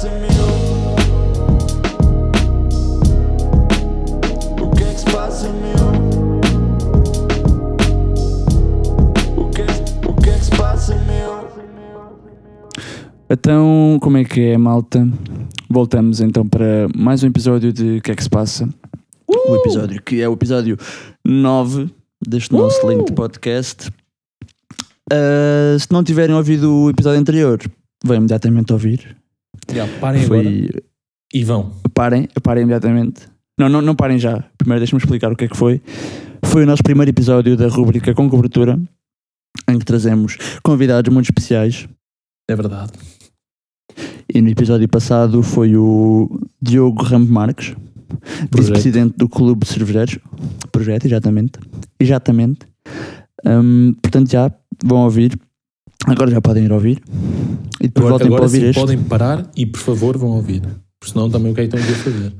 passa, meu? O que é que se passa, meu? O que é que se passa, meu? Então, como é que é, malta? Voltamos então para mais um episódio de O que é que se passa? O episódio que é o episódio 9 deste nosso lindo podcast. Se não tiverem ouvido o episódio anterior, vão imediatamente ouvir. Parem agora e vão. Parem imediatamente. Não parem já. Primeiro deixa-me explicar o que é que foi. Foi o nosso primeiro episódio da rubrica Com Cobertura, em que trazemos convidados muito especiais. É verdade. E no episódio passado foi o Diogo Ramos Marques, vice-presidente do Clube de Cervejeiros. Projeto, exatamente. Portanto, já vão ouvir. Agora já podem ir ouvir. E depois voltem para ouvir este. Podem parar e, por favor, vão ouvir. Porque senão também o que é que estão a fazer?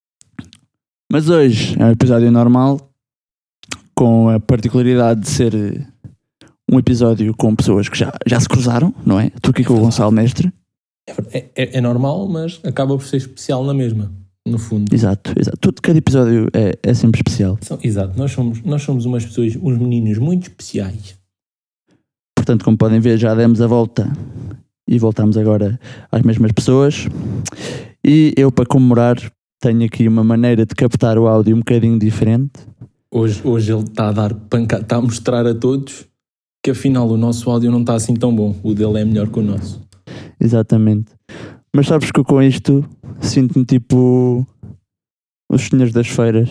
Mas hoje é um episódio normal, com a particularidade de ser um episódio com pessoas que já se cruzaram, não é? Estou aqui com o Gonçalo Mestre. É normal, mas acaba por ser especial na mesma, no fundo. Exato. Cada episódio é sempre especial. Exato, nós somos umas pessoas, uns meninos muito especiais. Portanto, como podem ver, já demos a volta e voltamos agora às mesmas pessoas. E eu, para comemorar, tenho aqui uma maneira de captar o áudio um bocadinho diferente. Hoje ele está a dar pancada, está a mostrar a todos que afinal o nosso áudio não está assim tão bom. O dele é melhor que o nosso. Exatamente. Mas sabes que eu com isto sinto-me tipo os senhores das feiras.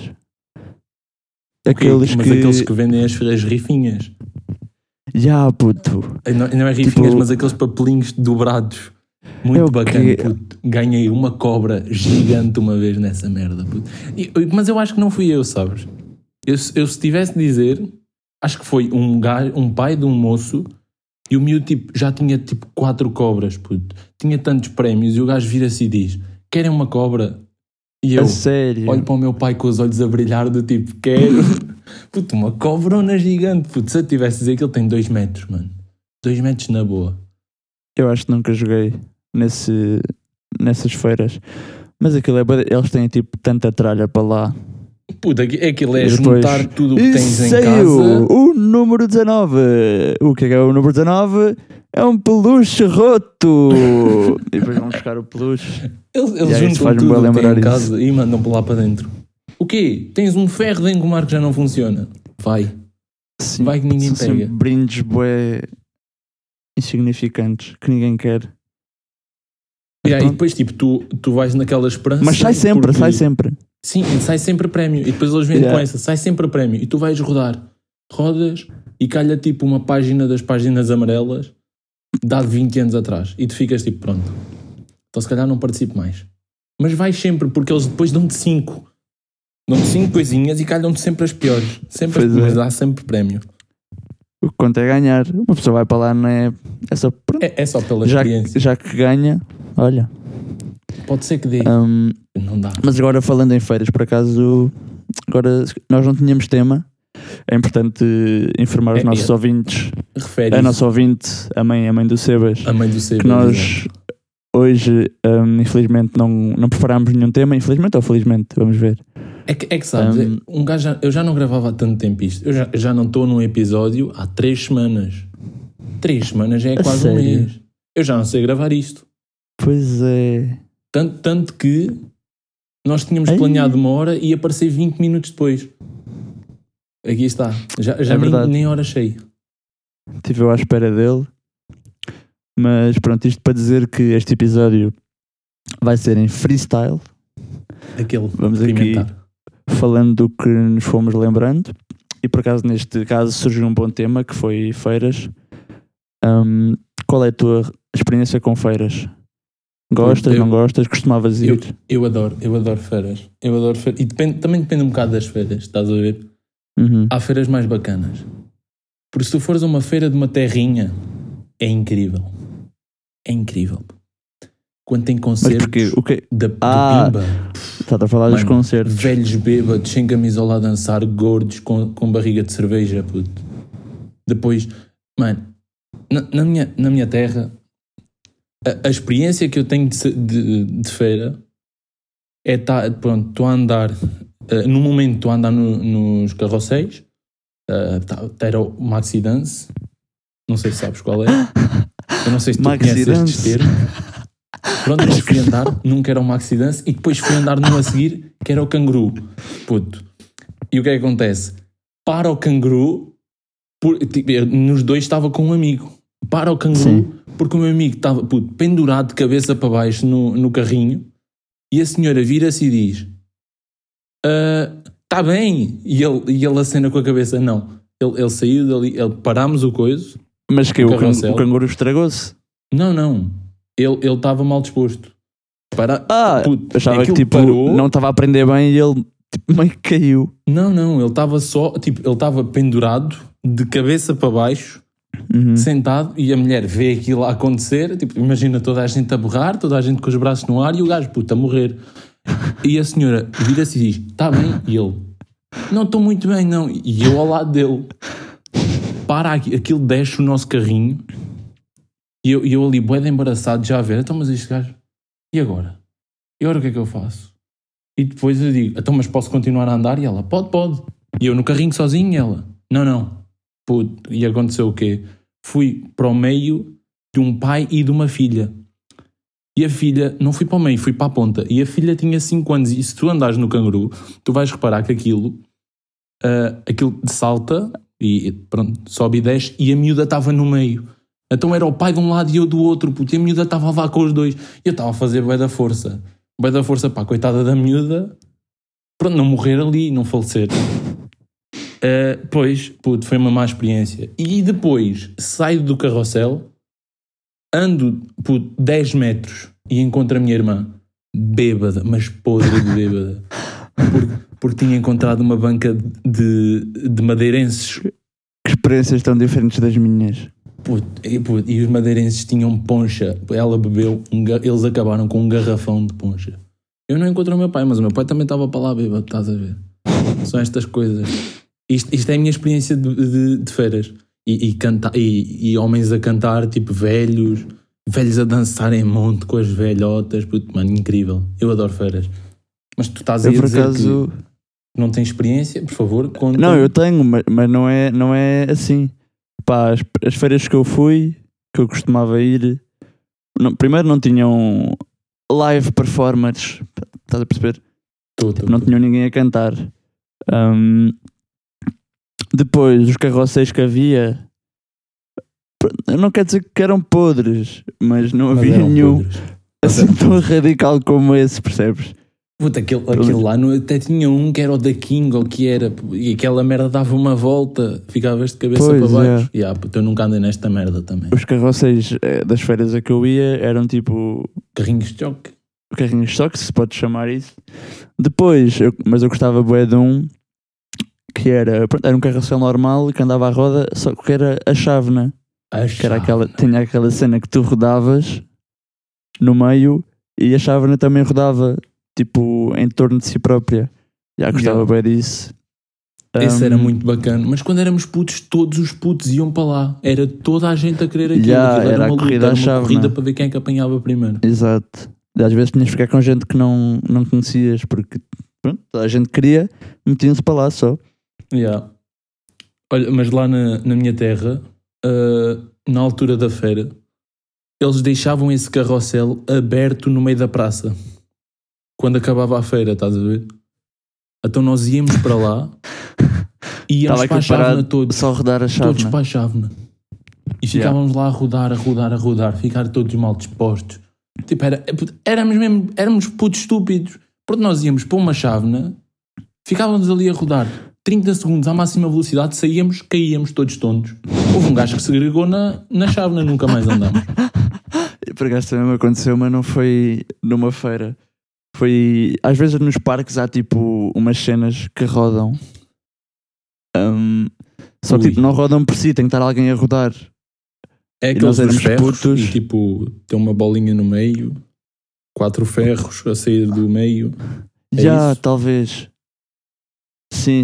Aqueles que vendem as rifinhas. Já, puto. Não é rifinhas, mas aqueles papelinhos dobrados. Muito bacana, puto. Ganhei uma cobra gigante uma vez nessa merda, puto. Mas eu acho que não fui eu, sabes? Eu se tivesse de dizer, acho que foi um pai de um moço. E o miúdo já tinha 4 cobras, puto. Tinha tantos prémios e o gajo vira-se e diz: querem uma cobra? E eu olho para o meu pai com os olhos a brilhar do tipo: quero. Puto, uma cobrona gigante, puto. Se eu tivesse a dizer que ele tem 2 metros, mano. 2 metros na boa. Eu acho que nunca joguei nessas feiras. Mas aquilo eles têm tanta tralha para lá. Puta, aquilo é juntar tudo o que tens em casa. O número 19. O que é o número 19? É um peluche roto. E depois vão buscar o peluche. Eles juntam tudo o que têm em casa e mandam para lá para dentro. O quê? Tens um ferro de engomar que já não funciona? Vai. Sim, vai que ninguém são pega. Brindes bué insignificantes que ninguém quer. E depois tu vais naquela esperança. Mas sai sempre. Sim, sai sempre prémio. E depois eles vêm com essa, sai sempre prémio. E tu vais rodas e calha uma página das páginas amarelas dá de 20 anos atrás. E tu ficas pronto. Então se calhar não participo mais. Mas vais sempre, porque eles depois dão-te 5. Dão-te 5 coisinhas e calham-te sempre as piores. Mas dá sempre prémio. O que conta é ganhar. Uma pessoa vai para lá, não é? É só pela experiência. Já que ganha, olha. Pode ser que dê. Não dá. Mas agora falando em feiras, por acaso, agora nós não tínhamos tema. É importante informar os nossos ouvintes. A nossa ouvinte, a mãe do Sebas. A mãe do Sebas. Que nós hoje, infelizmente, não preparámos nenhum tema. Infelizmente ou felizmente, vamos ver. É que sabes, eu já não gravava há tanto tempo isto. Eu já não estou num episódio há 3 semanas. 3 semanas já é quase um mês. Eu já não sei gravar isto. Pois é. Tanto que nós tínhamos planeado 1 hora e aparecer 20 minutos depois. Aqui está. Já nem hora cheia. Estive eu à espera dele. Mas pronto, isto para dizer que este episódio vai ser em freestyle. Vamos aqui falando do que nos fomos lembrando. E por acaso neste caso surgiu um bom tema que foi feiras. Qual é a tua experiência com feiras? Gostas, não gostas? Costumavas ir? Eu adoro feiras. E também depende um bocado das feiras, estás a ver? Uhum. Há feiras mais bacanas. Porque se tu fores a uma feira de uma terrinha, é incrível. É incrível. Quando tem concertos da Pimba. Está a falar dos concertos. Velhos bêbados, sem camisola a dançar, gordos, com barriga de cerveja, puto. Depois, mano, na minha terra, a experiência que eu tenho de feira é pronto, estou a andar, no momento estou a andar nos carrosséis, era o Maxi Dance, não sei se sabes qual é, eu não sei se tu conheces estes termos. Pronto, mas fui andar, nunca era o Maxi Dance, e depois fui andar num a seguir, que era o Canguru, puto. E o que é que acontece? Para o Canguru, nos dois estava com um amigo, para o Canguru, sim, porque o meu amigo estava pendurado de cabeça para baixo no carrinho, e a senhora vira-se e diz: está bem? E ele acena com a cabeça: não. Ele saiu dali, parámos o coiso. Mas que o Canguru estragou-se? Não. Ele estava mal disposto. Achava que tipo, parou, não estava a aprender bem e ele tipo, meio que caiu. Não, ele estava só, tipo, ele estava pendurado de cabeça para baixo, sentado, e a mulher vê aquilo a acontecer, tipo, imagina toda a gente a berrar, toda a gente com os braços no ar e o gajo, a morrer. E a senhora vira-se e diz: está bem? E ele: não estou muito bem, não. E eu ao lado dele. Para aquilo, desce o nosso carrinho, e eu ali bué de embaraçado já a ver: então mas este gajo, e agora? E agora o que é que eu faço? E depois eu digo: então mas posso continuar a andar? E ela: pode. E eu no carrinho sozinho, e ela: não. Puto, e aconteceu o quê? Fui para o meio de um pai e de uma filha. E a filha, não fui para o meio, fui para a ponta. E a filha tinha 5 anos. E se tu andares no Canguru, tu vais reparar que aquilo salta e pronto, sobe e desce, e a miúda estava no meio. Então era o pai de um lado e eu do outro, puto, e a miúda estava a levar com os dois. E eu estava a fazer bué da força para a coitada da miúda, pronto, não morrer ali, não falecer. Pois, puto, foi uma má experiência. E depois saio do carrossel, ando, puto, 10 metros e encontro a minha irmã bêbada, mas podre de bêbada, porque tinha encontrado uma banca de madeirenses. Que experiências tão diferentes das minhas. E os madeirenses tinham poncha. Ela bebeu, eles acabaram com um garrafão de poncha. Eu não encontrei o meu pai, mas o meu pai também estava para lá bêbado, estás a ver? São estas coisas. Isto é a minha experiência de feiras. E homens a cantar, tipo velhos a dançar em monte com as velhotas. Puto, mano, incrível. Eu adoro feiras. Mas tu estás aí a dizer que não tens experiência? Por favor, conta. Não, eu tenho, mas não é assim. Pá, as feiras que eu fui, que eu costumava ir, primeiro não tinham live performers, estás a perceber? Não tinham ninguém a cantar. Depois, os carrosséis que havia, eu não quero dizer que eram podres, mas não havia nenhum assim tão radical como esse, percebes? Puta, aquele lá até tinha um que era o da King, ou que era, e aquela merda dava uma volta, ficavas de cabeça para baixo. Eu nunca andei nesta merda também. Os carrosséis das feiras a que eu ia eram tipo carrinhos de choque. Carrinhos de choque, se pode chamar isso. Depois, mas eu gostava bué de um que era um carrossel normal que andava à roda, só que era a chávena. Que era tinha aquela cena que tu rodavas no meio e a chávena também rodava tipo em torno de si própria. Já gostava bem disso. Esse era muito bacana. Mas quando éramos putos, todos os putos iam para lá. Era toda a gente a querer aquilo. Era uma corrida para ver quem é que apanhava primeiro. Exato. Às vezes tinhas de ficar com gente que não conhecias, porque pronto, toda a gente queria, metiam-se para lá só. Olha, mas lá na minha terra, na altura da feira, eles deixavam esse carrossel aberto no meio da praça. Quando acabava a feira, estás a ver? Então nós íamos para lá e íamos para a chávena todos. Só rodar a chávena. Todos para a chávena. E ficávamos lá a rodar, ficar todos mal dispostos. Tipo, éramos putos estúpidos. Porque nós íamos para uma chávena, ficávamos ali a rodar 30 segundos à máxima velocidade, saíamos, caíamos todos tontos. Houve um gajo que se agregou na chávena, nunca mais andámos. Por acaso também me aconteceu, mas não foi numa feira. Foi, às vezes nos parques há tipo umas cenas que rodam. Só que tipo, não rodam por si, tem que estar alguém a rodar. É aqueles dos ferros putos. E tipo, tem uma bolinha no meio, 4 ferros a sair do meio. Já, talvez. Sim.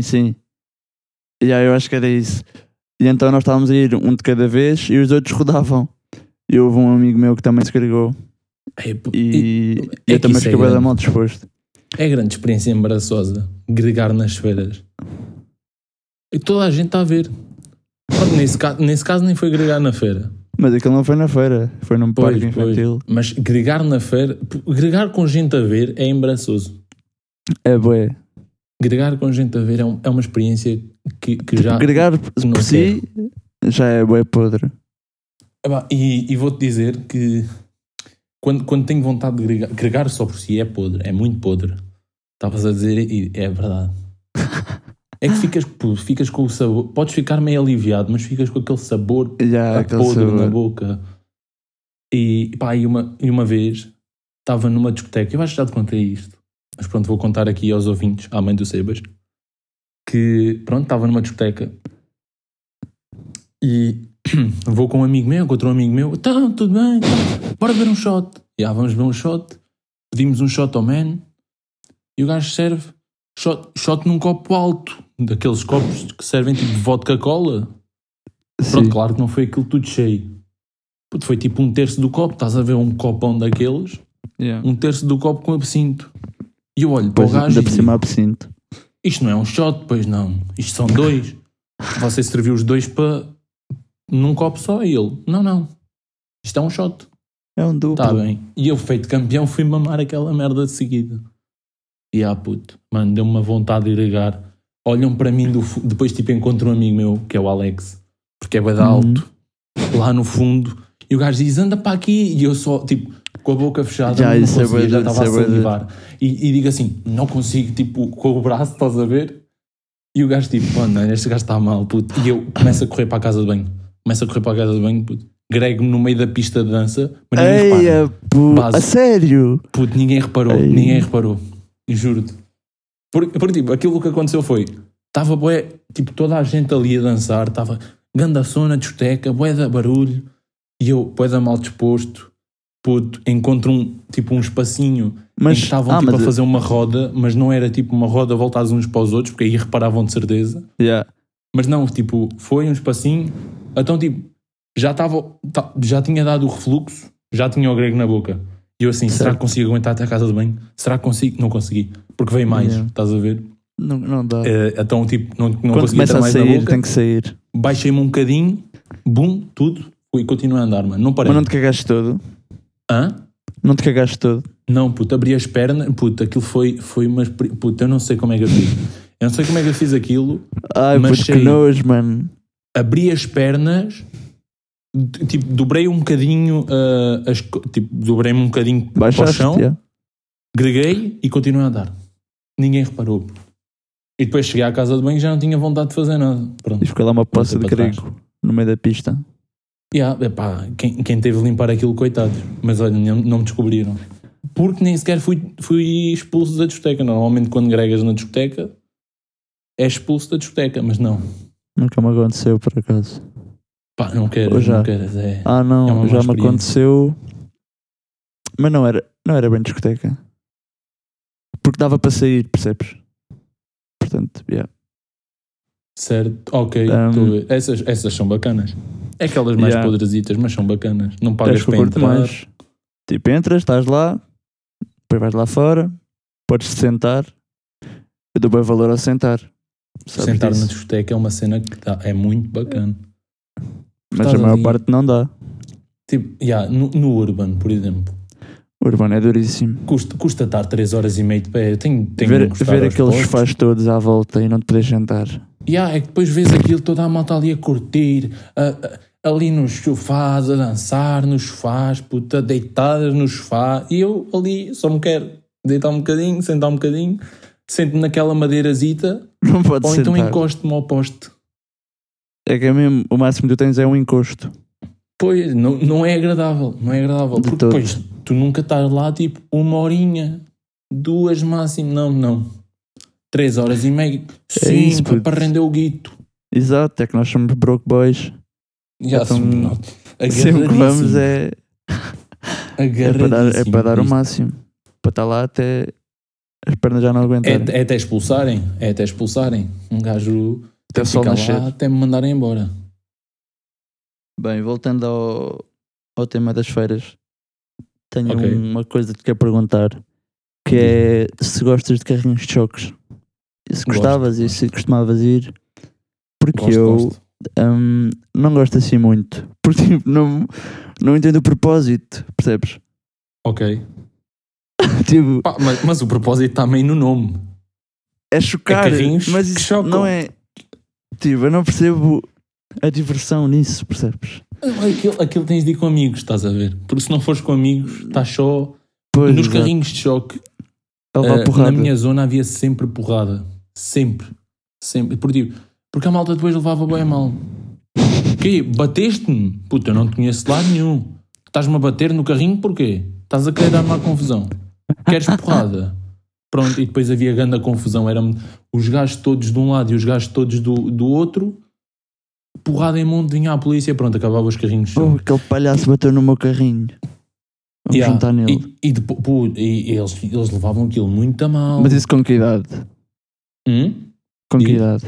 Eu acho que era isso. E então nós estávamos a ir um de cada vez e os outros rodavam. E houve um amigo meu que também se agregou. E eu também fiquei bem mal disposto. É grande experiência embaraçosa gregar nas feiras. E toda a gente está a ver. Nesse caso nem foi gregar na feira. Mas aquilo não foi na feira, foi num parque infantil. Mas gregar na feira, gregar com gente a ver é embaraçoso. É bué. Gregar com gente a ver é uma experiência que já... Gregar por si já é bué podre. E vou-te dizer que quando tenho vontade de gregar só por si é podre, é muito podre. Estavas a dizer e é verdade. É que ficas com o sabor, podes ficar meio aliviado, mas ficas com aquele sabor podre sabor na boca. E uma vez estava numa discoteca, eu acho que já te contei isto, mas pronto, vou contar aqui aos ouvintes, à mãe do Sebas, que pronto, estava numa discoteca e vou com um amigo meu, com outro amigo meu, então, tudo bem, então, bora beber um shot. Vamos beber um shot, pedimos um shot ao man e o gajo serve shot num copo alto, daqueles copos que servem tipo de vodka cola. Pronto, claro que não foi aquilo tudo cheio. Foi tipo 1/3 do copo, estás a ver um copão daqueles, 1/3 do copo com absinto. E eu olho para o gajo e digo, absinto. Isto não é um shot, pois não, isto são 2. Você serviu os 2 num copo só e ele, não, isto é um shot. É um duplo. Está bem. E eu, feito campeão, fui mamar aquela merda de seguida. E puto, mano, deu-me uma vontade de gregar. Olham para mim, depois tipo encontro um amigo meu, que é o Alex, porque é bem alto, lá no fundo, e o gajo diz, anda para aqui, e eu só, tipo, com a boca fechada, já estava a salivar. E digo assim, não consigo, tipo, com o braço, estás a ver? E o gajo tipo, mano, este gajo está mal, puto. E eu começo a correr para a casa de banho. Puto. Grego-me no meio da pista de dança, mas ninguém repara. A sério? Puto, ninguém reparou. Juro-te. Porque tipo, aquilo que aconteceu foi, estava bué, tipo, toda a gente ali a dançar, estava ganda som na discoteca, bué da barulho, e eu, bué da mal disposto, puto, encontro um espacinho em que estavam a fazer uma roda, mas não era tipo uma roda voltados uns para os outros, porque aí reparavam de certeza. Mas não, tipo, foi um espacinho, então tipo, já tinha dado o refluxo, já tinha o grego na boca. E eu assim, será que consigo aguentar até a casa de banho? Será que consigo? Não consegui. Porque veio mais, estás a ver? Não dá. Então, tipo, não quando consegui entrar mais sair, na boca. Tem que sair. Baixei-me um bocadinho, bum, tudo, e continuei a andar, mano. Não parei. Mas não te cagaste todo? Hã? Não te cagaste todo? Não, puto, abri as pernas, puto, aquilo foi umas... Puto, eu não sei como é que eu fiz. Aquilo. Ai, mas puto, que nojo, mano. Abri as pernas... Tipo, dobrei um bocadinho dobrei-me um bocadinho para o chão, greguei e continuei a andar. Ninguém reparou. E depois cheguei à casa de banho e já não tinha vontade de fazer nada. Pronto. E ficou lá uma poça de grego no meio da pista. Quem teve de limpar aquilo, coitados. Mas olha, não me descobriram. Porque nem sequer fui expulso da discoteca. Normalmente quando gregas na discoteca é expulso da discoteca, mas não. Nunca me aconteceu, por acaso. Não queres. Não, já me aconteceu, mas não era bem discoteca, porque dava para sair, percebes? Portanto, certo, ok, estou a ver. Essas são bacanas, é aquelas mais podresitas, mas são bacanas, não pagas para entrar mais. Tipo, entras, estás lá, depois vais lá fora, podes-te sentar. Eu dou bem valor ao sentar. Sentar na discoteca é uma cena que é muito bacana. Mas a maior parte não dá. Tipo, no Urban, por exemplo. O Urban é duríssimo. Custa estar 3 horas e meia de pé. Tenho ver aqueles sofás todos à volta e não te podes sentar. É que depois vês aquilo, toda a malta ali a curtir, ali nos sofás, a dançar nos sofás, puta, deitadas no sofá. E eu ali só me quero deitar um bocadinho, sentar um bocadinho, sento naquela madeirazita, não pode ou sentar. então encosto-me ao poste. É que é mesmo, o máximo que tu tens é um encosto. Pois, não é agradável. Porque depois tu nunca estás lá tipo 1 horinha, 2 máximo, não. 3 horas e meia, 5 para render o guito. Exato, é que nós somos broke boys. Então, sempre que vamos é para dar o máximo. Para estar lá até as pernas já não aguentarem. É até expulsarem. Um gajo... Até o sol nascer. Até me mandarem embora. Bem, voltando ao tema das feiras, tenho uma coisa que te quero perguntar, que é se gostas de carrinhos de choques. E se gostavas e se costumavas ir, porque gosto. Não gosto assim muito, porque tipo, não entendo o propósito, percebes? Ok. Tipo, mas o propósito está meio no nome. É chocar, mas isso chocam. Não é. Tipo, eu não percebo a diversão nisso, percebes? Aquilo tens de ir com amigos, estás a ver? Porque se não fores com amigos, estás só. Pois, nos carrinhos de choque. Na minha zona havia sempre porrada. Sempre. Porque a malta depois levava bem a mal. Que? Bateste-me? Puta, eu não te conheço de lado nenhum. Estás-me a bater no carrinho porquê? Estás a querer dar-me à confusão. Queres porrada? Pronto, e depois havia grande confusão. Eram os gajos todos de um lado e os gajos todos do outro. Porrada em monte, vinha a polícia. Pronto, acabava os carrinhos. Aquele palhaço bateu no meu carrinho. Vamos juntar nele. E eles levavam aquilo muito a mal. Mas isso com que idade? Com que idade?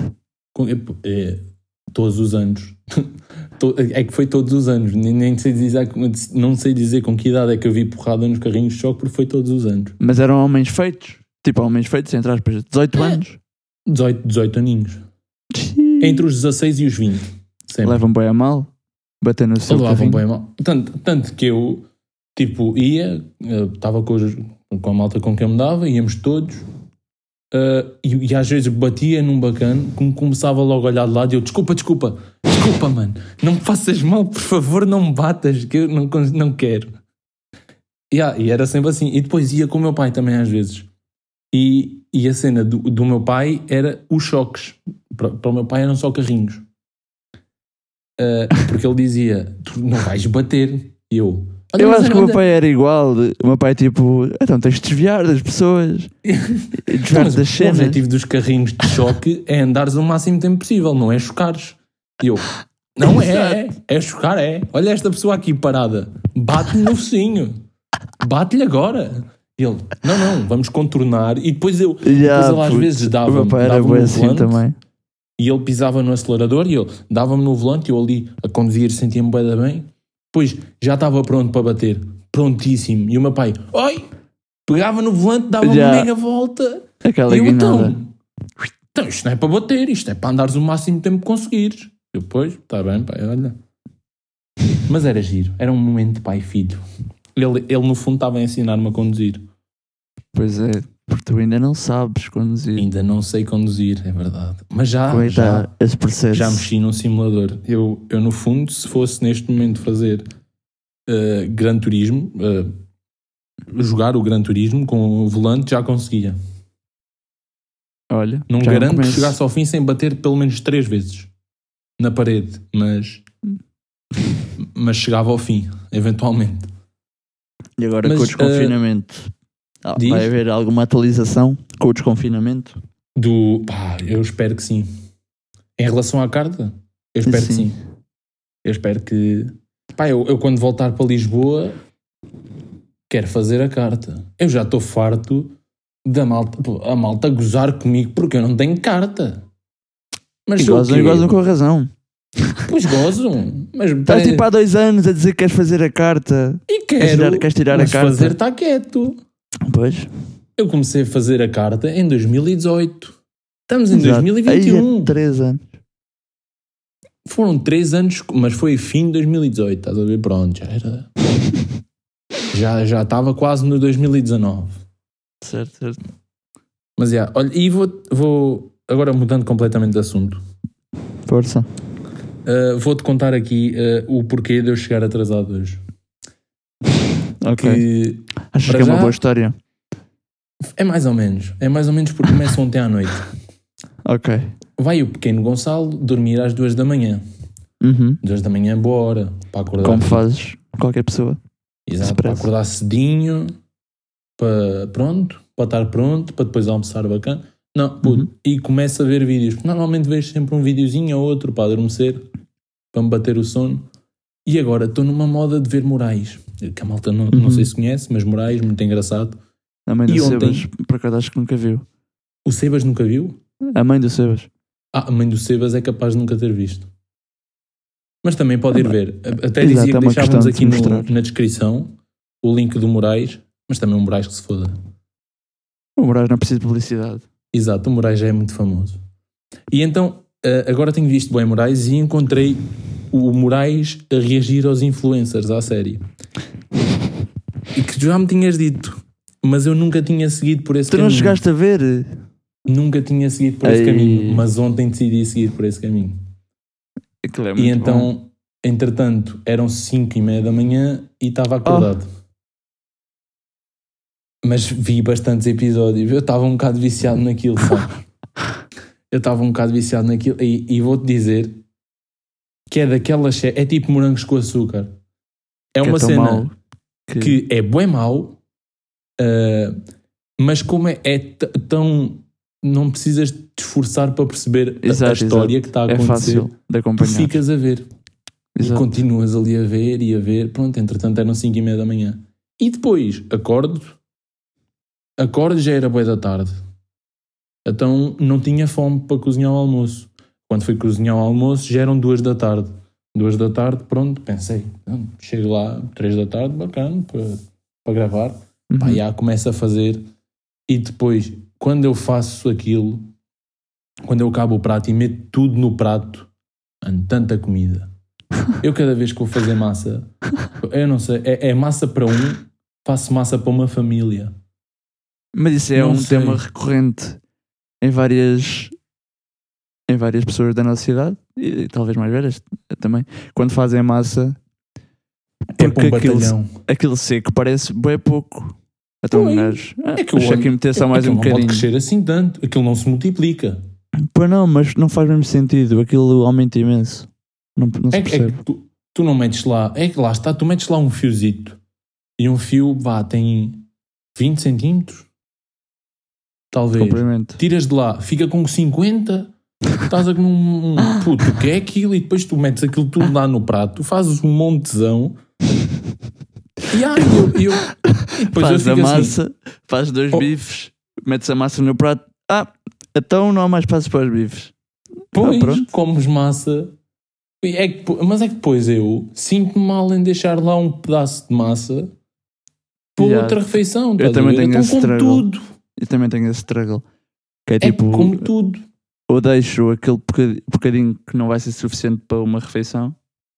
Todos os anos. É que foi todos os anos. Nem sei dizer, não sei dizer com que idade é que eu vi porrada nos carrinhos de choque, porque foi todos os anos. Mas eram homens feitos? Tipo, homens feitos, entre aspas, 18 anos? 18 aninhos. Entre os 16 e os 20. Sempre. Levam bem a mal? Bater no seu carrinho? Levam bem a mal. Tanto que eu, tipo, estava com a malta com quem me dava, íamos todos, e às vezes batia num bacana, como começava logo a olhar de lado, e eu, desculpa, mano, não me faças mal, por favor, não me batas, que eu não quero. E era sempre assim. E depois ia com o meu pai também às vezes. E a cena do meu pai era os choques. Para o meu pai eram só carrinhos. Porque ele dizia, tu não vais bater. E eu acho que o meu pai era igual. O meu pai tipo, então tens de desviar das pessoas. Desviar das cenas. O objetivo dos carrinhos de choque é andares o máximo tempo possível, não é chocares. E eu, não é chocar, é. Olha esta pessoa aqui parada, bate-lhe no focinho, bate-lhe agora. E ele, não, vamos contornar. E depois ele às vezes dava-me no volante também. E ele pisava no acelerador e ele dava-me no volante e eu ali a conduzir sentia-me bem. Depois já estava pronto para bater, prontíssimo. E o meu pai, pegava no volante, dava-me mega volta. Aquela e eu, então isto não é para bater, isto é para andares o máximo tempo que conseguires. Eu, pois, está bem, pai, olha. Mas era giro, era um momento de pai e filho. Ele no fundo estava a ensinar-me a conduzir. Pois é, porque tu ainda não sabes conduzir. Ainda não sei conduzir, é verdade. Mas já mexi num simulador. Eu no fundo, se fosse neste momento fazer Gran Turismo, jogar o Gran Turismo com o volante, já conseguia. Olha, não garanto que chegasse ao fim sem bater pelo menos 3 vezes na parede, mas chegava ao fim, eventualmente. E agora com o desconfinamento, vai haver alguma atualização com o desconfinamento? Eu espero que sim. Em relação à carta, eu espero que sim. Eu espero que... eu quando voltar para Lisboa, quero fazer a carta. Eu já estou farto da malta gozar comigo porque eu não tenho carta. Mas gozam com razão. Pois gozam. Mas estás tipo há 2 anos a dizer que queres fazer a carta. E quero. Queres tirar a carta. Fazer está quieto. Pois. Eu comecei a fazer a carta em 2018. Estamos em 2021. Aí 3 anos. Foram 3 anos, mas foi fim de 2018. Estás a ver? Pronto, já era. já estava quase no 2019. Certo. Mas olha, e vou agora mudando completamente de assunto. Força. Vou-te contar aqui o porquê de eu chegar atrasado hoje. Ok. Achas que é uma boa história? É mais ou menos porque começa ontem à noite. Ok. Vai o pequeno Gonçalo dormir às 2 da manhã. 2 da manhã, boa hora para acordar. Como fazes qualquer pessoa. Exato, para acordar cedinho, para estar pronto, para depois almoçar bacana. Não, e começo a ver vídeos. Normalmente vejo sempre um videozinho ou outro para adormecer, para me bater o sono. E agora estou numa moda de ver Moraes. Que a malta não sei se conhece, mas Moraes, muito engraçado. A mãe do Sebas, por acaso acho que nunca viu. O Sebas nunca viu? A mãe do Sebas. A mãe do Sebas é capaz de nunca ter visto. Mas também pode ir ver. Até Exato, dizia é que uma deixávamos questão de aqui se mostrar. na descrição o link do Moraes, mas também o Moraes que se foda. O Moraes não precisa de publicidade. Exato, o Moraes já é muito famoso. E então, agora tenho visto bem Moraes e encontrei o Moraes a reagir aos influencers à série. E que já me tinhas dito, mas eu nunca tinha seguido por esse Tu caminho. não chegaste a ver? Nunca tinha seguido por esse caminho, mas ontem decidi seguir por esse caminho. Aquilo é muito E então, bom. entretanto, eram 5:30 da manhã e estava acordado. Mas vi bastantes episódios. Eu estava um bocado viciado naquilo, sabe? E vou-te dizer que é daquelas... É tipo morangos com açúcar. É uma cena mau que é bué mau, mas como é tão... Não precisas te esforçar para perceber a história que está a acontecer. É fácil de acompanhar. Tu ficas a ver. Exato. E continuas ali a ver e a ver. Pronto, entretanto eram 5:30 da manhã. E depois, acordo, já era bué da tarde. Então não tinha fome para cozinhar o almoço. Quando fui cozinhar o almoço já eram 2 da tarde. 2 da tarde, pronto, pensei, chego lá, 3 da tarde, bacana, para gravar. Uhum. Pá, já começo a fazer. E depois, quando eu faço aquilo, quando eu acabo o prato e meto tudo no prato, tanta comida. Eu cada vez que vou fazer massa, eu não sei, é massa para faço massa para uma família. Mas isso é Não um sei. tema recorrente em várias pessoas da nossa cidade e talvez mais velhas também. Quando fazem massa, É para um porque batalhão. aquilo seco parece bem pouco. Então um gajo, É que deixa aqui meter só mais um não pode bocadinho. crescer assim tanto. Aquilo não se multiplica. Pois não, mas não faz mesmo sentido. Aquilo aumenta imenso. Não se É percebe. que tu não metes lá. É que lá está, tu metes lá um fiozito. E um fio, tem 20 centímetros. Talvez. Comprimento. Tiras de lá, fica com 50. Estás a comer puto, o que é aquilo? E depois tu metes aquilo tudo lá no prato. Tu fazes um montezão. E depois Faz eu a fico massa, assim, faz 2 bifes, metes a massa no prato. Então não há mais passos para os bifes. pois, pronto. comes massa. Mas é que depois eu sinto-me mal em deixar lá um pedaço de massa para outra refeição. Eu também tenho então esse como struggle. tudo. Eu também tenho esse struggle. Que é É tipo, como tudo. ou deixo aquele bocadinho que não vai ser suficiente para uma refeição,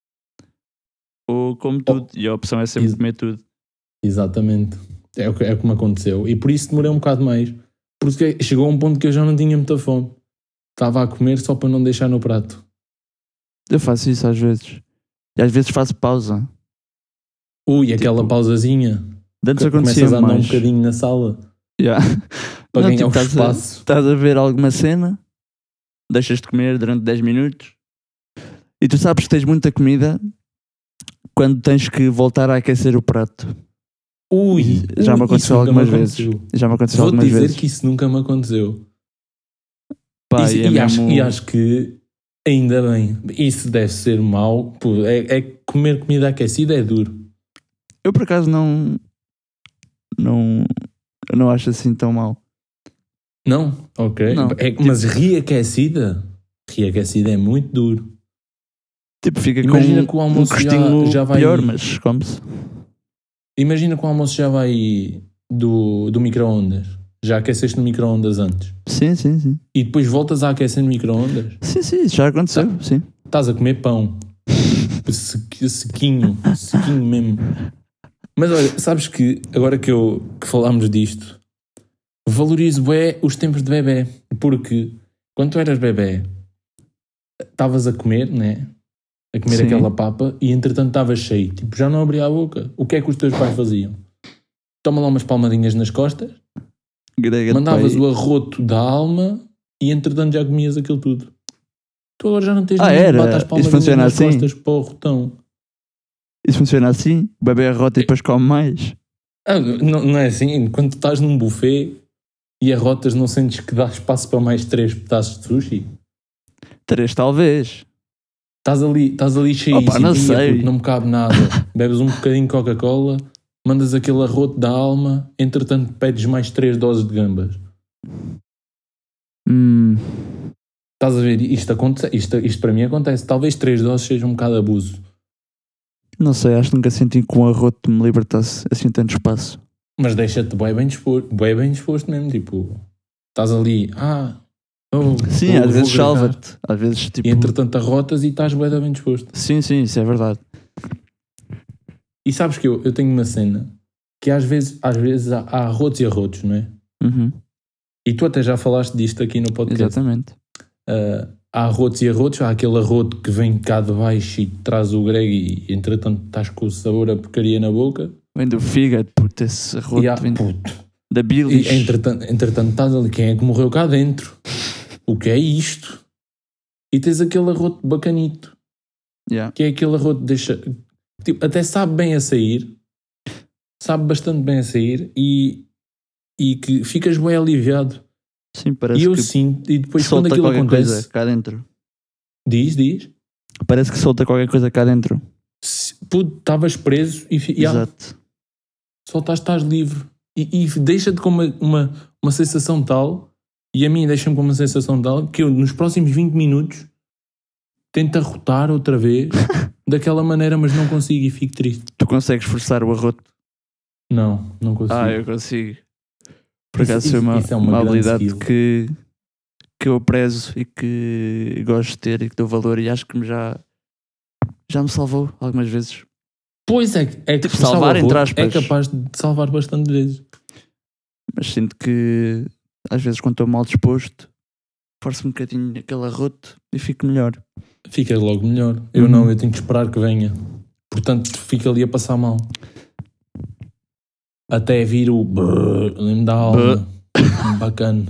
ou como tudo. E a opção é sempre comer tudo. Exatamente. É o que me aconteceu. E por isso demorei um bocado mais. Porque chegou a um ponto que eu já não tinha muita fome. Estava a comer só para não deixar no prato. Eu faço isso às vezes. E às vezes faço pausa. Aquela pausazinha. Antes acontecia Começas a andar mais. um bocadinho na sala Yeah. para Não, ganhar tipo, o espaço. Estás a ver alguma cena, deixas de comer durante 10 minutos e tu sabes que tens muita comida quando tens que voltar a aquecer o prato. Já me aconteceu algumas vezes. Já me aconteceu Vou-te algumas dizer vezes. que isso nunca me aconteceu. Pá, Isso- e é mesmo... acho que ainda bem. Isso deve ser mau. Pô, é comer comida aquecida é duro. Eu por acaso não acho assim tão mal. Não? Ok. Não. Mas reaquecida? Reaquecida é muito duro. Tipo, fica Imagina que com o um almoço gostinho já vai... pior, mas come-se. Imagina que o almoço já vai do micro-ondas. Já aqueceste no micro-ondas antes. Sim, sim, sim. E depois voltas a aquecer no micro-ondas. Sim, sim, isso já aconteceu, sim. Estás a comer pão. Sequinho mesmo. Mas olha, sabes que agora que falámos disto, valorizo bem os tempos de bebê. Porque quando tu eras bebê, estavas a comer, né? A comer Sim. aquela papa e entretanto estavas cheio. Tipo, já não abria a boca. O que é que os teus pais faziam? Toma lá umas palmadinhas nas costas, Grega mandavas de pai. o arroto da alma e entretanto já comias aquilo tudo. Tu agora já não tens ninguém era? que bata as Isso palmadinhas funciona nas assim? costas para o rotão. Isso funciona assim? O bebê arrota e depois come mais? Não é assim? Quando tu estás num buffet e arrotas, não sentes que dá espaço para mais 3 pedaços de sushi? 3 talvez. Estás ali cheio Opa, não sei. puto, não me cabe nada. Bebes um bocadinho de Coca-Cola, mandas aquele arroto da alma, entretanto pedes mais 3 doses de gambas. Estás a ver? Isto para mim acontece. Talvez 3 doses seja um bocado abuso. Não sei, acho que nunca senti que um arroto me libertasse assim tanto espaço. Mas deixa-te bem disposto mesmo. Tipo, estás ali, sim, às vezes salva-te. Às vezes, tipo... E entretanto arrotas e estás bem disposto. Sim, isso é verdade. E sabes que eu tenho uma cena que às vezes há arrotos e arrotos, não é? Uhum. E tu até já falaste disto aqui no podcast. Exatamente. Há arrotos e arrotos. Há aquele arroto que vem cá de baixo e traz o grego e entretanto estás com o sabor a porcaria na boca. Vem do fígado, puto, esse arroto vem da bilis. E entretanto estás ali, quem é que morreu cá dentro? O que é isto? E tens aquele arroto bacanito. Yeah. Que é aquele arroto que deixa... Tipo, até sabe bem a sair. Sabe bastante bem a sair e que ficas bem aliviado. Sim, parece e eu que sinto, e depois solta quando aquilo qualquer acontece, coisa cá dentro. Diz. Parece que solta qualquer coisa cá dentro. Estavas preso e exato. Soltaste, estás livre. E deixa-te com uma sensação tal, e a mim deixa-me com uma sensação tal, que eu nos próximos 20 minutos tento arrotar outra vez daquela maneira, mas não consigo e fico triste. Tu consegues forçar o arroto? Não consigo. Eu consigo. Por acaso é uma habilidade que eu prezo e que gosto de ter e que dou valor, e acho que já me salvou algumas vezes. Pois é que tipo, salvar entre aspas. É capaz de salvar bastante vezes. Mas sinto que às vezes quando estou mal disposto forço um bocadinho aquele arroto e fico melhor. Ficas logo melhor. Eu não, eu tenho que esperar que venha. Portanto, fico ali a passar mal. Até vir o lembro da alma. Bacana.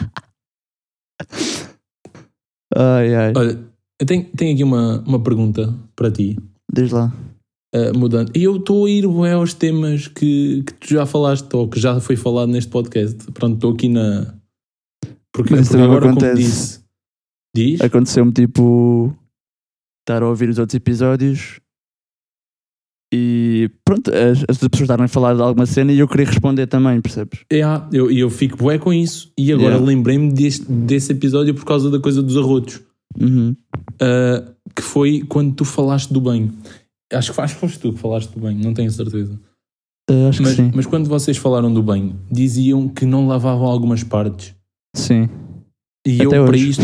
Ai. Olha, eu tenho aqui uma pergunta para ti. Diz lá. Mudando. E eu estou a ir aos temas que tu já falaste ou que já foi falado neste podcast. Pronto, estou aqui na... Porque agora, acontece. Como disse... Diz? Aconteceu-me tipo... estar a ouvir os outros episódios e pronto, as pessoas estavam a falar de alguma cena e eu queria responder também, percebes? Eu fico bué com isso e agora lembrei-me desse episódio por causa da coisa dos arrotos. Que foi quando tu falaste do banho. Acho que foste tu que falaste do banho, não tenho certeza. Acho que sim. Mas quando vocês falaram do banho, diziam que não lavavam algumas partes. Sim. E até eu hoje. Para isto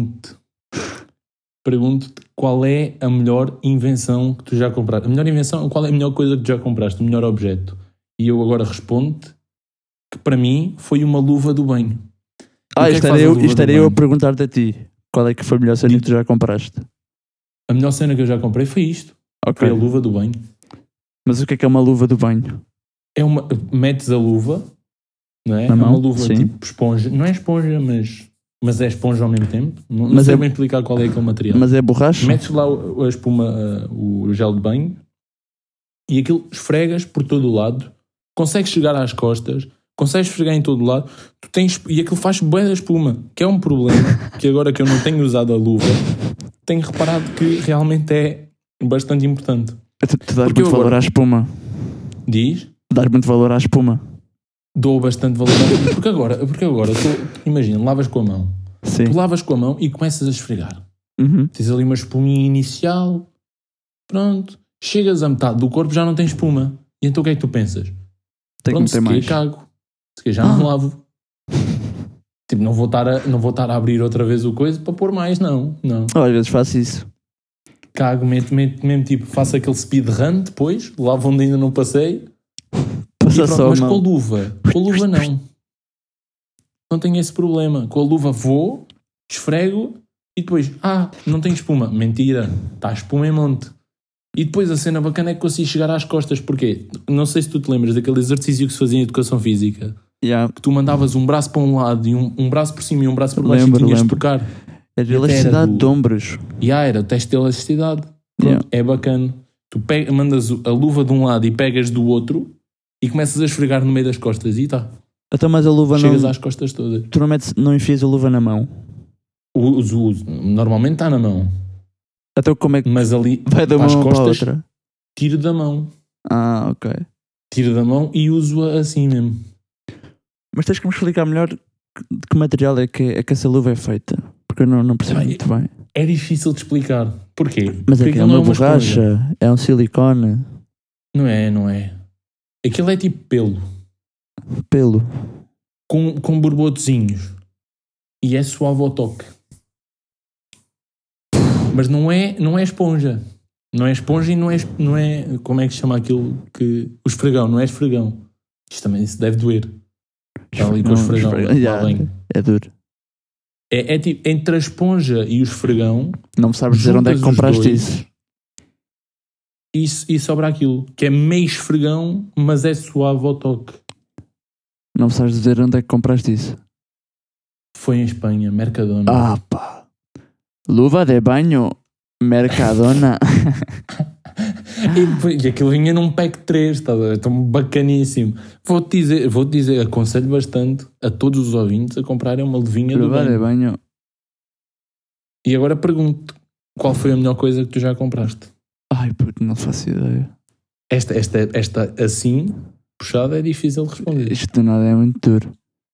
pergunto-te qual é a melhor invenção que tu já compraste. A melhor invenção, qual é a melhor coisa que tu já compraste, o melhor objeto? E eu agora respondo-te que para mim foi uma luva do banho. Estarei eu a perguntar-te a ti qual é que foi a melhor cena que tu já compraste. A melhor cena que eu já comprei foi isto. Okay. Foi a luva do banho. Mas o que é uma luva do banho? Metes a luva, não é? Na mão, uma luva sim. tipo esponja. Não é esponja, mas é esponja ao mesmo tempo. Não sei bem explicar qual é aquele material. Mas é borracha? Metes lá a espuma, o gel de banho, e aquilo esfregas por todo o lado, consegues chegar às costas, consegues esfregar em todo o lado, e aquilo faz bué da espuma, que é um problema, que agora que eu não tenho usado a luva, tenho reparado que realmente é bastante importante. Tu dás muito valor à espuma. Diz? Dás muito valor à espuma. Dou bastante valor à espuma. Porque agora imagina, lavas com a mão. Sim. Tu lavas com a mão e começas a esfregar. Tens ali uma espuminha inicial. Pronto. Chegas a metade do corpo, já não tens espuma. E então o que é que tu pensas? Tem que meter mais. Cago. Se já não lavo. Tipo, não vou estar a abrir outra vez o coisa para pôr mais, não. Às vezes faço isso. Cago, meto mesmo, tipo, faço aquele speedrun depois, lavo onde ainda não passei. Mas com a luva não tenho esse problema. Com a luva vou, esfrego e depois, não tenho espuma. Mentira, está espuma em monte. E depois a cena bacana é que consigo chegar às costas. Porquê? Não sei se tu te lembras daquele exercício que se fazia em educação física. Que tu mandavas um braço para um lado e um braço por cima e um braço por baixo e tinhas de tocar. Era elasticidade de ombros. Era o teste de elasticidade. É bacana. Tu mandas a luva de um lado e pegas do outro e começas a esfregar no meio das costas e está. Então, mas a luva chegas às costas todas. Tu não enfias a luva na mão? Uso. Normalmente está na mão. Então como é que mas ali vai da mão para a outra? Tiro da mão. Ok. Tiro da mão e uso-a assim mesmo. Mas tens que me explicar melhor de que material é que essa luva é feita. Porque porque eu não percebo muito bem. É difícil de explicar. Porquê? Mas porque aquilo é uma borracha, é um silicone. Não é. Aquilo é tipo Pelo. Com borbotozinhos. E é suave ao toque. Mas não é esponja. Não é esponja e não é... Como é que se chama aquilo que... O esfregão, não é esfregão. Isto também se deve doer. Está ali com o esfregão. É duro. É tipo, entre a esponja e o esfregão... Não sabes dizer onde é que compraste isso. E sobra aquilo. Que é meio esfregão, mas é suave ao toque. Não sabes dizer onde é que compraste isso. Foi em Espanha, Mercadona. Ah pá. Luva de banho, Mercadona. E aquilo vinha num pack 3, tá? Tão bacaníssimo. Vou-te dizer, aconselho bastante a todos os ouvintes a comprarem uma luvinha Luva de de banho. E agora pergunto, qual foi a melhor coisa que tu já compraste? Ai puto, não faço ideia. Esta assim, puxada, é difícil de responder. Isto de nada é muito duro.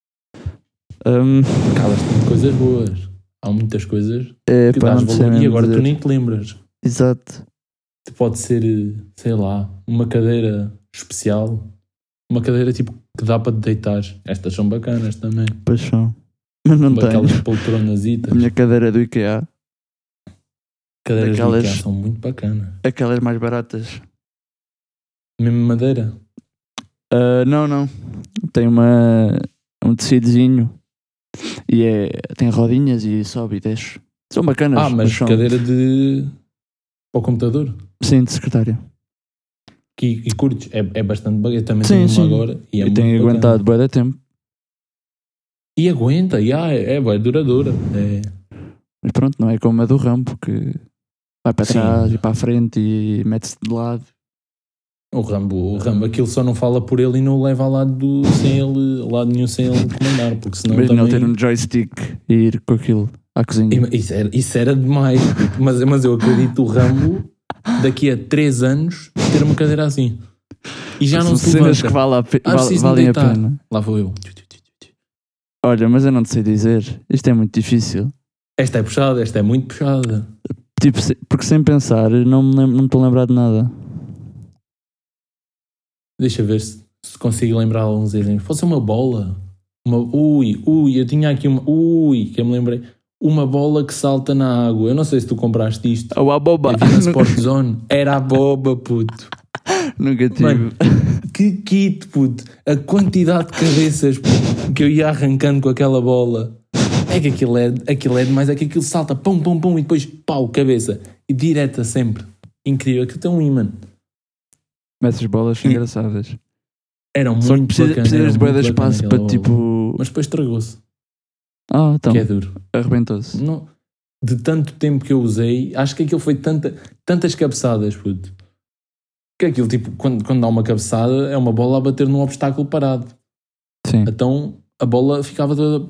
Calas-te de coisas boas. Há muitas coisas que dás valor e agora tu nem te lembras. Exato. Pode ser, sei lá, uma cadeira especial. Uma cadeira tipo que dá para te deitar. Estas são bacanas também. Pois são. Mas não tenho. Aquelas poltronasitas. A minha cadeira é do IKEA. Cadeiras do IKEA são muito bacanas. Aquelas mais baratas. Mesmo madeira? Não. Tem um tecidozinho. E tem rodinhas e sobe e desce. São bacanas. Mas são... cadeira para o computador? Sim, de secretária. E curtes? É bastante bacana. Eu também tenho uma agora. E tenho aguentado bué de tempo. E aguenta, é duradoura. Mas pronto, não é como a do Rambo, que vai para trás e para a frente e mete-se de lado. O Rambo, aquilo só não fala por ele e não o leva ao lado lado nenhum sem ele comandar, porque senão mas também... não ter um joystick e ir com aquilo à cozinha. Isso era demais, mas eu acredito o Rambo daqui a 3 anos ter uma cadeira assim. E já não se levanta. Que valem a pena. Lá vou eu. Olha, mas eu não te sei dizer. Isto é muito difícil. Esta é puxada, esta é muito puxada. Tipo, porque sem pensar, não me estou a lembrar de nada. Deixa ver se consigo lembrar alguns exemplos. Pode ser uma bola. Eu tinha aqui uma... que eu me lembrei. Uma bola que salta na água. Eu não sei se tu compraste isto. A boba. Havia na Sport Zone. Era a boba, puto. Nunca tive. Mano, que kit, puto. A quantidade de cabeças, puto, que eu ia arrancando com aquela bola. É que aquilo é demais. É que aquilo salta, pum, pum, pum, e depois, pau, cabeça. E direta sempre. Incrível. Aquilo tem um imã. Essas bolas são engraçadas. Eram muito bacanas. Precisas de bué de espaço para tipo... Mas depois estragou-se. Então. Que é duro. Arrebentou-se. Não, de tanto tempo que eu usei, acho que aquilo foi tantas cabeçadas, puto. Que aquilo, tipo, quando dá uma cabeçada, é uma bola a bater num obstáculo parado. Sim. Então a bola ficava toda...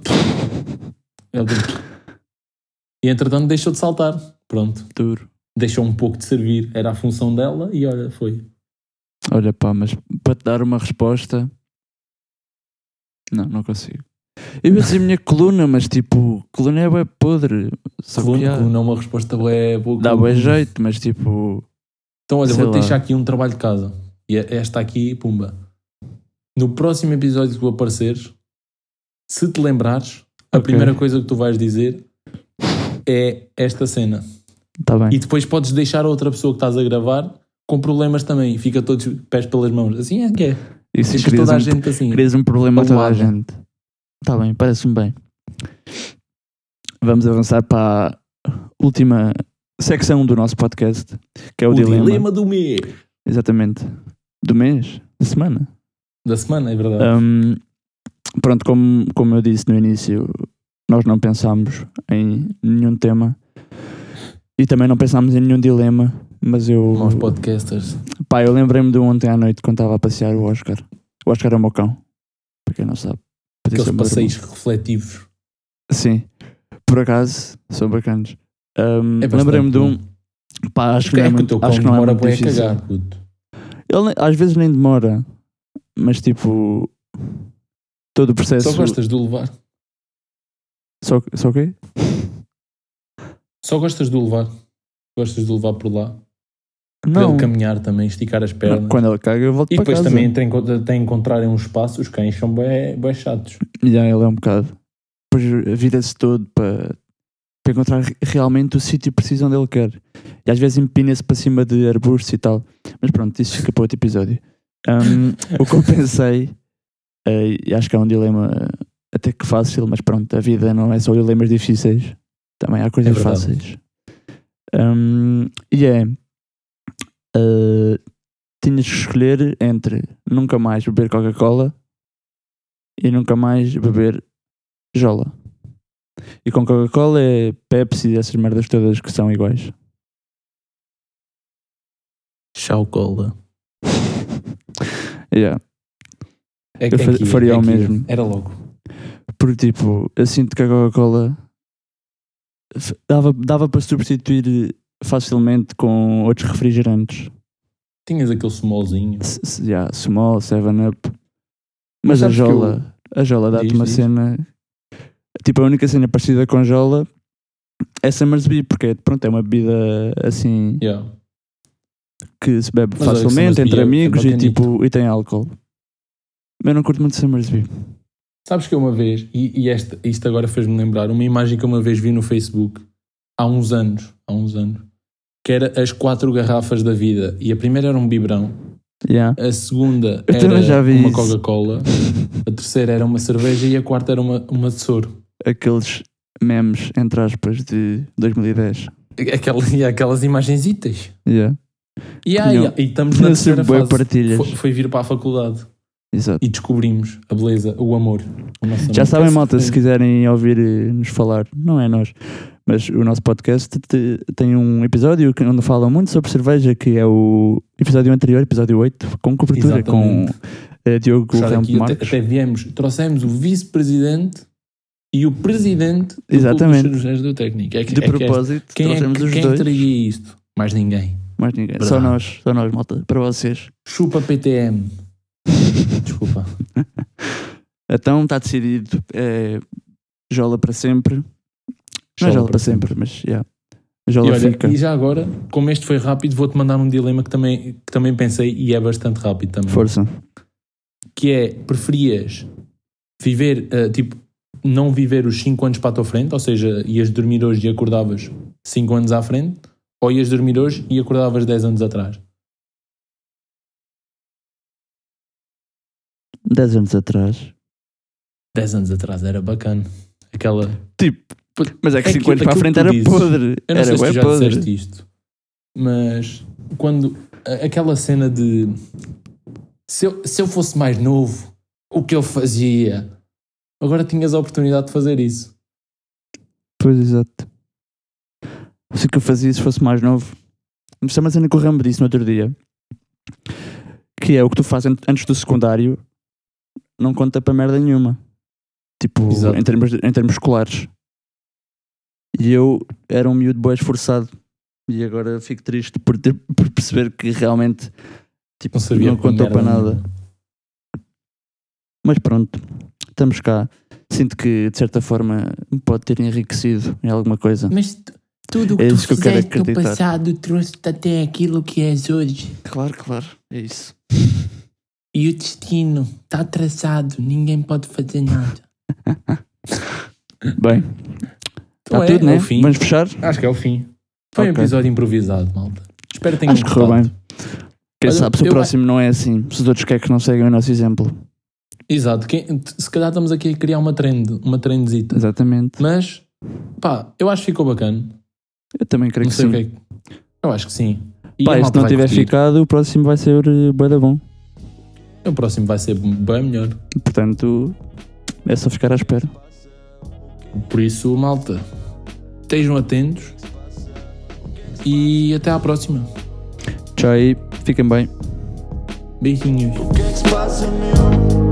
E entretanto deixou de saltar. Pronto. Duro. Deixou um pouco de servir. Era a função dela e olha, foi. Olha pá, mas para te dar uma resposta... Não consigo. Eu ia dizer a minha coluna, mas tipo, coluna é bué podre. Coluna é uma resposta bué boa. Dá bué jeito, mas tipo... Então olha, vou deixar aqui um trabalho de casa. E esta aqui, pumba. No próximo episódio que tu apareceres, se te lembrares, a primeira coisa que tu vais dizer é esta cena. Tá bem. E depois podes deixar a outra pessoa que estás a gravar com problemas também. Fica todos pés pelas mãos. Assim é que é. Isso deixa toda a gente assim. Crias um problema a toda a gente. Tá bem, parece-me bem. Vamos avançar para a última secção do nosso podcast, que é o dilema do mês. Exatamente. Do mês? Da semana? Da semana, é verdade. Pronto, como eu disse no início, nós não pensámos em nenhum tema e também não pensámos em nenhum dilema, mas Nós podcasters. Pá, eu lembrei-me de ontem à noite quando estava a passear o Oscar. O Oscar é o meu cão, para quem não sabe. Aqueles passeios refletivos. Sim, por acaso, são bacanas. Lembrei-me de um... Pá, acho que não é muito, acho que não é muito difícil. Cagar, puto. Ele às vezes nem demora, mas tipo... Todo o processo... Só gostas de o levar? Só o quê? Só gostas de o levar? Gostas de o levar por lá? Não. Para ele caminhar também, esticar as pernas. Não, quando ele caga eu volto e para casa. depois também tem encontrarem um espaço, os cães são bem chatos. Ele é um bocado. Depois vira-se todo para encontrar realmente o sítio preciso onde ele quer. E às vezes empina-se para cima de arbustos e tal. Mas pronto, isso fica para outro episódio. O que eu pensei, e acho que é um dilema até que fácil, mas pronto, a vida não é só dilemas difíceis, também há coisas fáceis. Tinhas que escolher entre nunca mais beber Coca-Cola e nunca mais beber Jola. E com Coca-Cola é Pepsi e essas merdas todas que são iguais. Chau-cola. Yeah. Eu faria o mesmo. Era logo. Porque tipo, eu sinto que a Coca-Cola dava para substituir facilmente com outros refrigerantes. Tinhas aquele smallzinho. Small, 7-Up. Mas a Jola dá-te uma cena. Tipo, a única cena parecida com Jola é Summersby, porque pronto, é uma bebida assim que se bebe facilmente entre amigos e tem álcool. Mas eu não curto muito Summersby. Sabes que eu uma vez, isto agora fez-me lembrar, uma imagem que eu uma vez vi no Facebook há uns anos, que era as 4 garrafas da vida, e a primeira era um biberão, a segunda era uma Coca-Cola, a terceira era uma cerveja e a quarta era uma de soro. Aqueles memes, entre aspas, de 2010. Aquelas imagenzitas. E estamos na terceira fase. Foi vir para a faculdade. Exato. E descobrimos a beleza, o amor. Já sabem, malta, se quiserem ouvir-nos falar, não é nós, mas o nosso podcast tem um episódio onde falam muito sobre cerveja, que é o episódio anterior, episódio 8, com cobertura. Exatamente. Com Diogo Marques. Até trouxemos o vice-presidente e o presidente do Clube dos cirurgiões do técnico. De propósito, trouxemos os dois. Quem traria isto? Mais ninguém. Só nós, malta, para vocês. Chupa PTM. Desculpa. Então está decidido. Jola para sempre. Não é Jola para sempre, mas Jola fica. E já agora, como este foi rápido, vou-te mandar um dilema que também pensei e é bastante rápido também. Força. Que é, preferias viver, não viver os 5 anos para a tua frente, ou seja, ias dormir hoje e acordavas 5 anos à frente, ou ias dormir hoje e acordavas 10 anos atrás? 10 anos atrás. 10 anos atrás era bacana. Aquela... mas é que 5 anos para a frente era podre. Eu não sei se tu já disseste isto, mas quando... Aquela cena de... Se eu fosse mais novo, o que eu fazia? Agora tinhas a oportunidade de fazer isso. Pois, exato. Se o que eu fazia se fosse mais novo. Mas também a cena que o Rambo disse no outro dia, que é o que tu fazes antes do secundário, não conta para merda nenhuma. Tipo, em termos escolares. E eu era um miúdo bué esforçado. E agora fico triste por perceber que realmente não contou para nada. Mas pronto, estamos cá. Sinto que de certa forma me pode ter enriquecido em alguma coisa. Mas tudo o que tu fizeste no passado trouxe-te até aquilo que és hoje. Claro, é isso. E o destino está traçado, ninguém pode fazer nada. Bem, está tudo, né? Vamos fechar? Acho que é o fim. Foi um episódio improvisado, malta. Espero que tenham gostado. Acho que correu bem. Quem sabe se o próximo não é assim, se os outros querem que não seguem o nosso exemplo. Exato, se calhar estamos aqui a criar uma trendzita. Exatamente. Mas, eu acho que ficou bacana. Eu também creio que sim. Eu acho que sim. E se não tiver ficado, o próximo vai ser bué da bom. O próximo vai ser bem melhor. Portanto, é só ficar à espera. Por isso, malta, estejam atentos e até à próxima. Tchau aí, fiquem bem. Beijinhos. O que é que se passa, meu?